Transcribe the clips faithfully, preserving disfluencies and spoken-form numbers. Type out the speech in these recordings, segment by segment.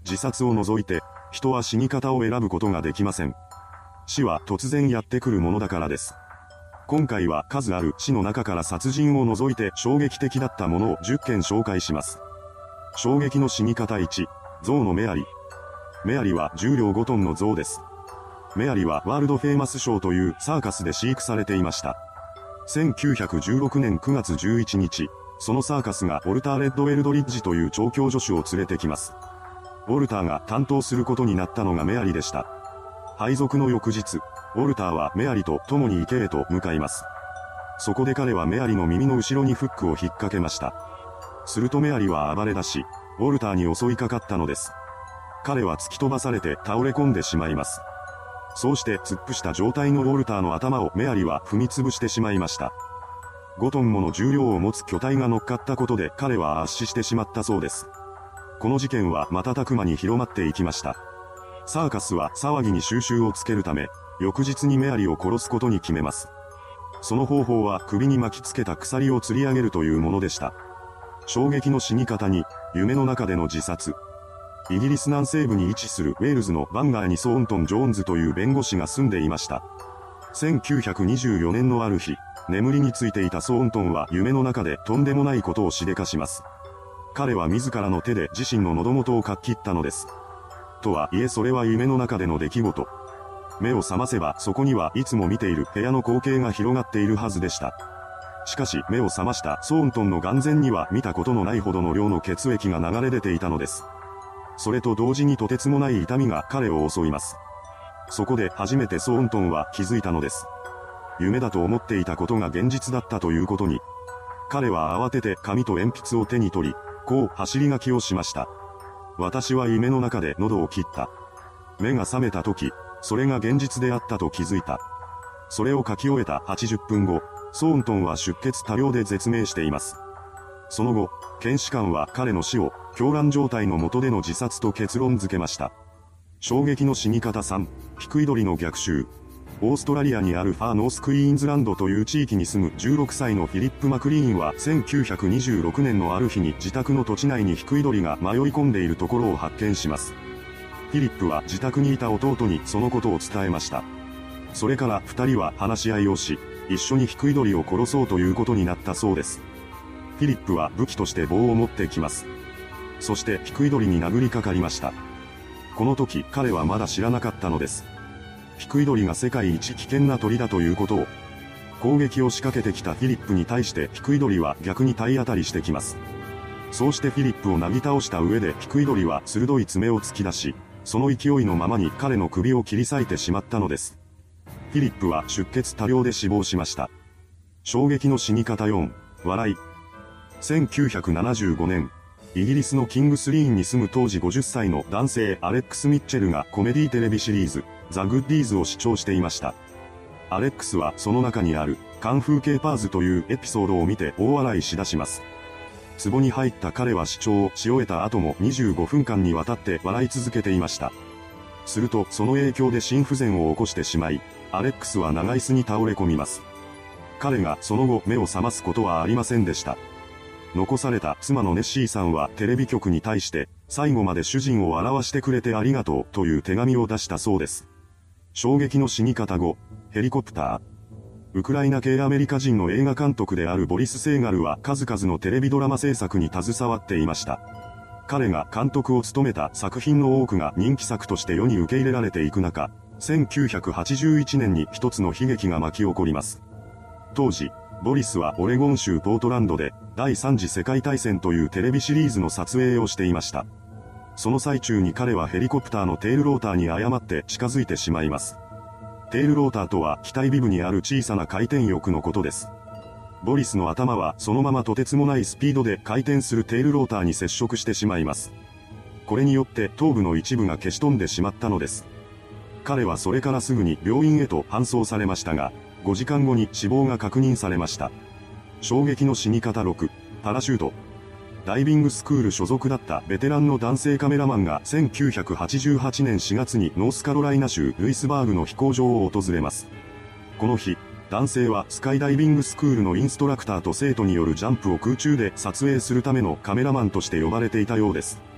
自殺を除いて、人は死に方を選ぶことができません。死は突然やってくるものだからです。今回は数ある死の中から殺人を除いて衝撃的だったものをじゅっけん紹介します。衝撃の死に方いち、象のメアリ。メアリは重量ごトンの象です。メアリはワールドフェイマスショーというサーカスで飼育されていました。せんきゅうひゃくじゅうろくねんくがつじゅういちにち、そのサーカスがウォルター・レッドウェルドリッジという調教助手を連れてきます。ウォルターが担当することになったのがメアリでした。配属の翌日、ウォルターはメアリと共に池へと向かいます。そこで彼はメアリの耳の後ろにフックを引っ掛けました。するとメアリは暴れ出し、ウォルターに襲いかかったのです。彼は突き飛ばされて倒れ込んでしまいます。そうして突っ伏した状態のウォルターの頭をメアリは踏み潰してしまいました。ごトンもの重量を持つ巨体が乗っかったことで彼は圧死してしまったそうです。この事件は瞬く間に広まっていきました。サーカスは騒ぎに収拾をつけるため、翌日にメアリを殺すことに決めます。その方法は首に巻きつけた鎖を吊り上げるというものでした。衝撃の死に方に、夢の中での自殺。イギリス南西部に位置するウェールズのバンガーにソーントン・ジョーンズという弁護士が住んでいました。せんきゅうひゃくにじゅうよねんのある日、眠りについていたソーントンは夢の中でとんでもないことをしでかします。彼は自らの手で自身の喉元をかっ切ったのです。とはいえそれは夢の中での出来事。目を覚ませばそこにはいつも見ている部屋の光景が広がっているはずでした。しかし目を覚ましたソーントンの眼前には見たことのないほどの量の血液が流れ出ていたのです。それと同時にとてつもない痛みが彼を襲います。そこで初めてソーントンは気づいたのです。夢だと思っていたことが現実だったということに。彼は慌てて紙と鉛筆を手に取り、こう走り書きをしました。私は夢の中で喉を切った。目が覚めた時、それが現実であったと気づいた。それを書き終えたはちじゅっぷんご、ソーントンは出血多量で絶命しています。その後、検視官は彼の死を狂乱状態の下での自殺と結論付けました。衝撃の死に方さん、ヒクイドリの逆襲。オーストラリアにあるファーノースクイーンズランドという地域に住むじゅうろくさいのフィリップ・マクリーンはせんきゅうひゃくにじゅうろくねんのある日に自宅の土地内にヒクイドリが迷い込んでいるところを発見します。フィリップは自宅にいた弟にそのことを伝えました。それから二人は話し合いをし、一緒にヒクイドリを殺そうということになったそうです。フィリップは武器として棒を持ってきます。そしてヒクイドリに殴りかかりました。この時彼はまだ知らなかったのです。ヒクイドリが世界一危険な鳥だということを。攻撃を仕掛けてきたフィリップに対してヒクイドリは逆に体当たりしてきます。そうしてフィリップをなぎ倒した上でヒクイドリは鋭い爪を突き出し、その勢いのままに彼の首を切り裂いてしまったのです。フィリップは出血多量で死亡しました。衝撃の死に方よん、笑い。せんきゅうひゃくななじゅうごねん、イギリスのキングスリーンに住む当時ごじゅっさいの男性アレックス・ミッチェルがコメディテレビシリーズ、ザ・グッディーズを視聴していました。アレックスはその中にある、カンフー・ケーパーズというエピソードを見て大笑いしだします。壺に入った彼は視聴をし終えた後もにじゅうごふんかんにわたって笑い続けていました。するとその影響で心不全を起こしてしまい、アレックスは長椅子に倒れ込みます。彼がその後目を覚ますことはありませんでした。残された妻のネッシーさんはテレビ局に対して、最後まで主人を笑わしてくれてありがとうという手紙を出したそうです。衝撃の死に方ご、ヘリコプター。ウクライナ系アメリカ人の映画監督であるボリス・セーガルは数々のテレビドラマ制作に携わっていました。彼が監督を務めた作品の多くが人気作として世に受け入れられていく中、せんきゅうひゃくはちじゅういちねんに一つの悲劇が巻き起こります。当時、ボリスはオレゴン州ポートランドで第三次世界大戦というテレビシリーズの撮影をしていました。その最中に彼はヘリコプターのテールローターに誤って近づいてしまいます。テールローターとは機体ビブにある小さな回転翼のことです。ボリスの頭はそのままとてつもないスピードで回転するテールローターに接触してしまいます。これによって頭部の一部が消し飛んでしまったのです。彼はそれからすぐに病院へと搬送されましたが、ごじかんごに死亡が確認されました。衝撃の死に方ろく、パラシュート。ダイビングスクール所属だったベテランの男性カメラマンがせんきゅうひゃくはちじゅうはちねんしがつにノースカロライナ州ルイスバーグの飛行場を訪れます。この日、男性はスカイダイビングスクールのインストラクターと生徒によるジャンプを空中で撮影するためのカメラマンとして呼ばれていたようです。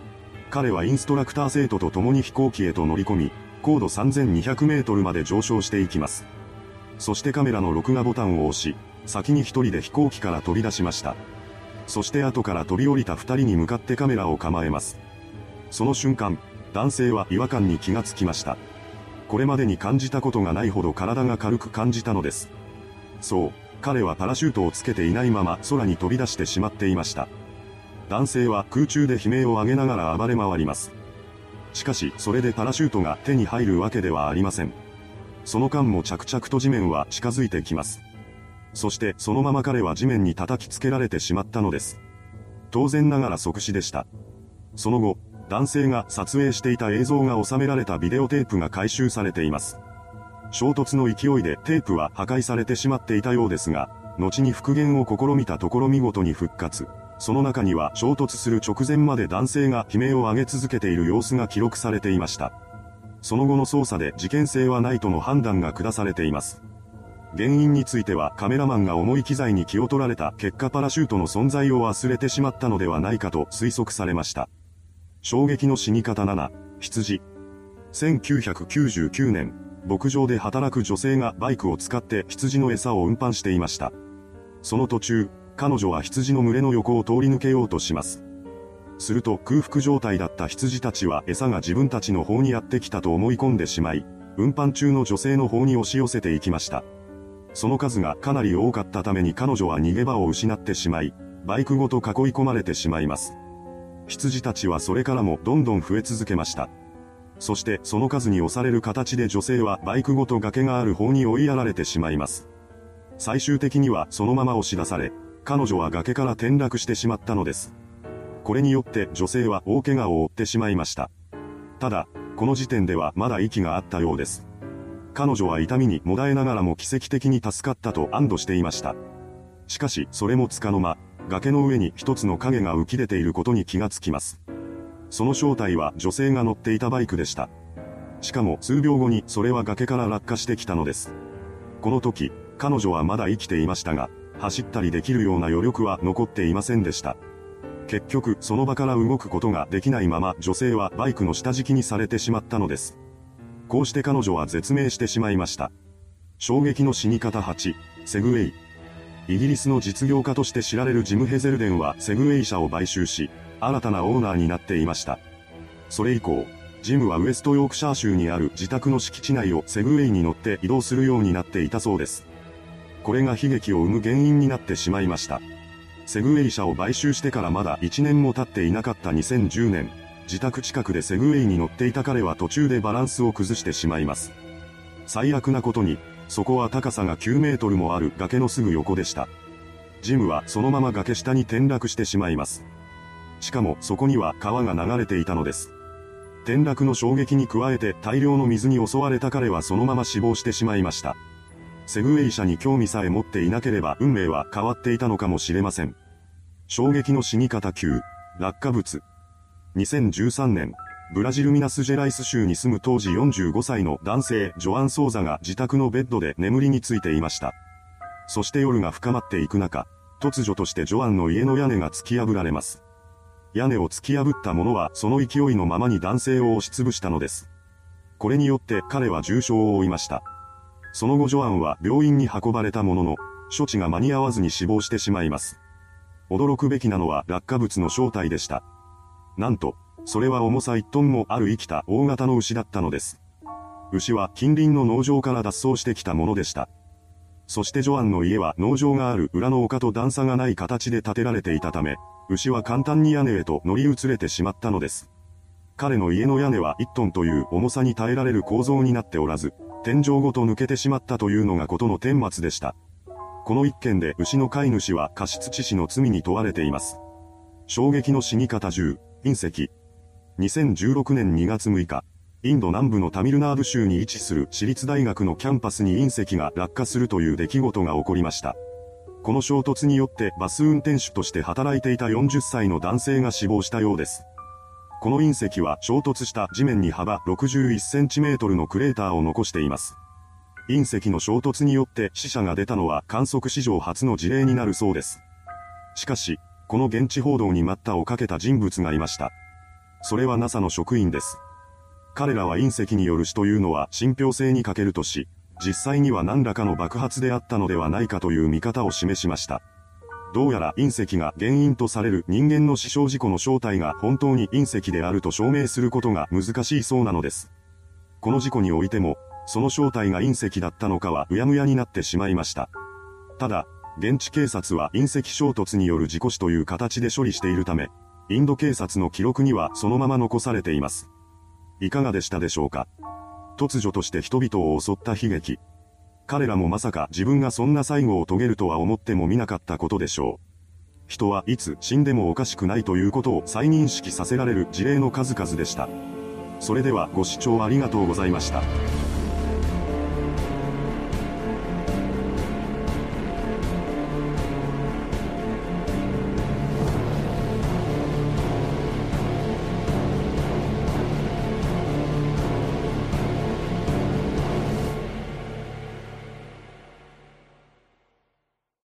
彼はインストラクター生徒と共に飛行機へと乗り込み、高度さんぜんにひゃくメートルまで上昇していきます。そしてカメラの録画ボタンを押し、先に一人で飛行機から飛び出しました。そして後から飛び降りた二人に向かってカメラを構えます。その瞬間、男性は違和感に気がつきました。これまでに感じたことがないほど体が軽く感じたのです。そう、彼はパラシュートをつけていないまま空に飛び出してしまっていました。男性は空中で悲鳴を上げながら暴れ回ります。しかし、それでパラシュートが手に入るわけではありません。その間も着々と地面は近づいてきます。そしてそのまま彼は地面に叩きつけられてしまったのです。当然ながら即死でした。その後、男性が撮影していた映像が収められたビデオテープが回収されています。衝突の勢いでテープは破壊されてしまっていたようですが、後に復元を試みたところ見事に復活。その中には衝突する直前まで男性が悲鳴を上げ続けている様子が記録されていました。その後の捜査で事件性はないとの判断が下されています。原因についてはカメラマンが重い機材に気を取られた結果パラシュートの存在を忘れてしまったのではないかと推測されました。衝撃の死に方なな、羊。せんきゅうひゃくきゅうじゅうきゅうねん、牧場で働く女性がバイクを使って羊の餌を運搬していました。その途中、彼女は羊の群れの横を通り抜けようとします。すると空腹状態だった羊たちは餌が自分たちの方にやってきたと思い込んでしまい、運搬中の女性の方に押し寄せていきました。その数がかなり多かったために彼女は逃げ場を失ってしまい、バイクごと囲い込まれてしまいます。羊たちはそれからもどんどん増え続けました。そしてその数に押される形で女性はバイクごと崖がある方に追いやられてしまいます。最終的にはそのまま押し出され、彼女は崖から転落してしまったのです。これによって女性は大怪我を負ってしまいました。ただ、この時点ではまだ息があったようです。彼女は痛みにもだえながらも奇跡的に助かったと安堵していました。しかしそれもつかの間、崖の上に一つの影が浮き出ていることに気がつきます。その正体は女性が乗っていたバイクでした。しかも数秒後にそれは崖から落下してきたのです。この時、彼女はまだ生きていましたが、走ったりできるような余力は残っていませんでした。結局その場から動くことができないまま女性はバイクの下敷きにされてしまったのです。こうして彼女は絶命してしまいました。衝撃の死に方はち、セグウェイ。イギリスの実業家として知られるジム・ヘゼルデンはセグウェイ社を買収し、新たなオーナーになっていました。それ以降、ジムはウエストヨークシャー州にある自宅の敷地内をセグウェイに乗って移動するようになっていたそうです。これが悲劇を生む原因になってしまいました。セグウェイ社を買収してからまだいちねんも経っていなかったにせんじゅうねん、自宅近くでセグウェイに乗っていた彼は途中でバランスを崩してしまいます。最悪なことに、そこは高さがきゅうメートルもある崖のすぐ横でした。ジムはそのまま崖下に転落してしまいます。しかもそこには川が流れていたのです。転落の衝撃に加えて大量の水に襲われた彼はそのまま死亡してしまいました。セグウェイ社に興味さえ持っていなければ運命は変わっていたのかもしれません。衝撃の死に方きゅう、落下物。にせんじゅうさんねん、ブラジルミナスジェライス州に住む当時よんじゅうごさいの男性ジョアン・ソーザが自宅のベッドで眠りについていました。そして夜が深まっていく中、突如としてジョアンの家の屋根が突き破られます。屋根を突き破った者はその勢いのままに男性を押しつぶしたのです。これによって彼は重傷を負いました。その後ジョアンは病院に運ばれたものの、処置が間に合わずに死亡してしまいます。驚くべきなのは落下物の正体でした。なんと、それは重さいちトンもある生きた大型の牛だったのです。牛は近隣の農場から脱走してきたものでした。そしてジョアンの家は農場がある裏の丘と段差がない形で建てられていたため、牛は簡単に屋根へと乗り移れてしまったのです。彼の家の屋根はいちトンという重さに耐えられる構造になっておらず、天井ごと抜けてしまったというのが事の顛末でした。この一件で牛の飼い主は過失致死の罪に問われています。衝撃の死に方じゅう、隕石。にせんじゅうろくねんにがつむいか、インド南部のタミルナード州に位置する私立大学のキャンパスに隕石が落下するという出来事が起こりました。この衝突によってバス運転手として働いていたよんじゅっさいの男性が死亡したようです。この隕石は衝突した地面に幅ろくじゅういちセンチメートルのクレーターを残しています。隕石の衝突によって死者が出たのは観測史上初の事例になるそうです。しかし、この現地報道に待ったをかけた人物がいました。 それは ナサ の職員です。彼らは隕石による死というのは信憑性に欠けるとし、実際には何らかの爆発であったのではないかという見方を示しました。どうやら隕石が原因とされる人間の死傷事故の正体が本当に隕石であると証明することが難しいそうなのです。この事故においても、その正体が隕石だったのかはうやむやになってしまいました。ただ、現地警察は隕石衝突による事故死という形で処理しているため、インド警察の記録にはそのまま残されています。いかがでしたでしょうか。突如として人々を襲った悲劇。彼らもまさか自分がそんな最後を遂げるとは思ってもみなかったことでしょう。人はいつ死んでもおかしくないということを再認識させられる事例の数々でした。それではご視聴ありがとうございました。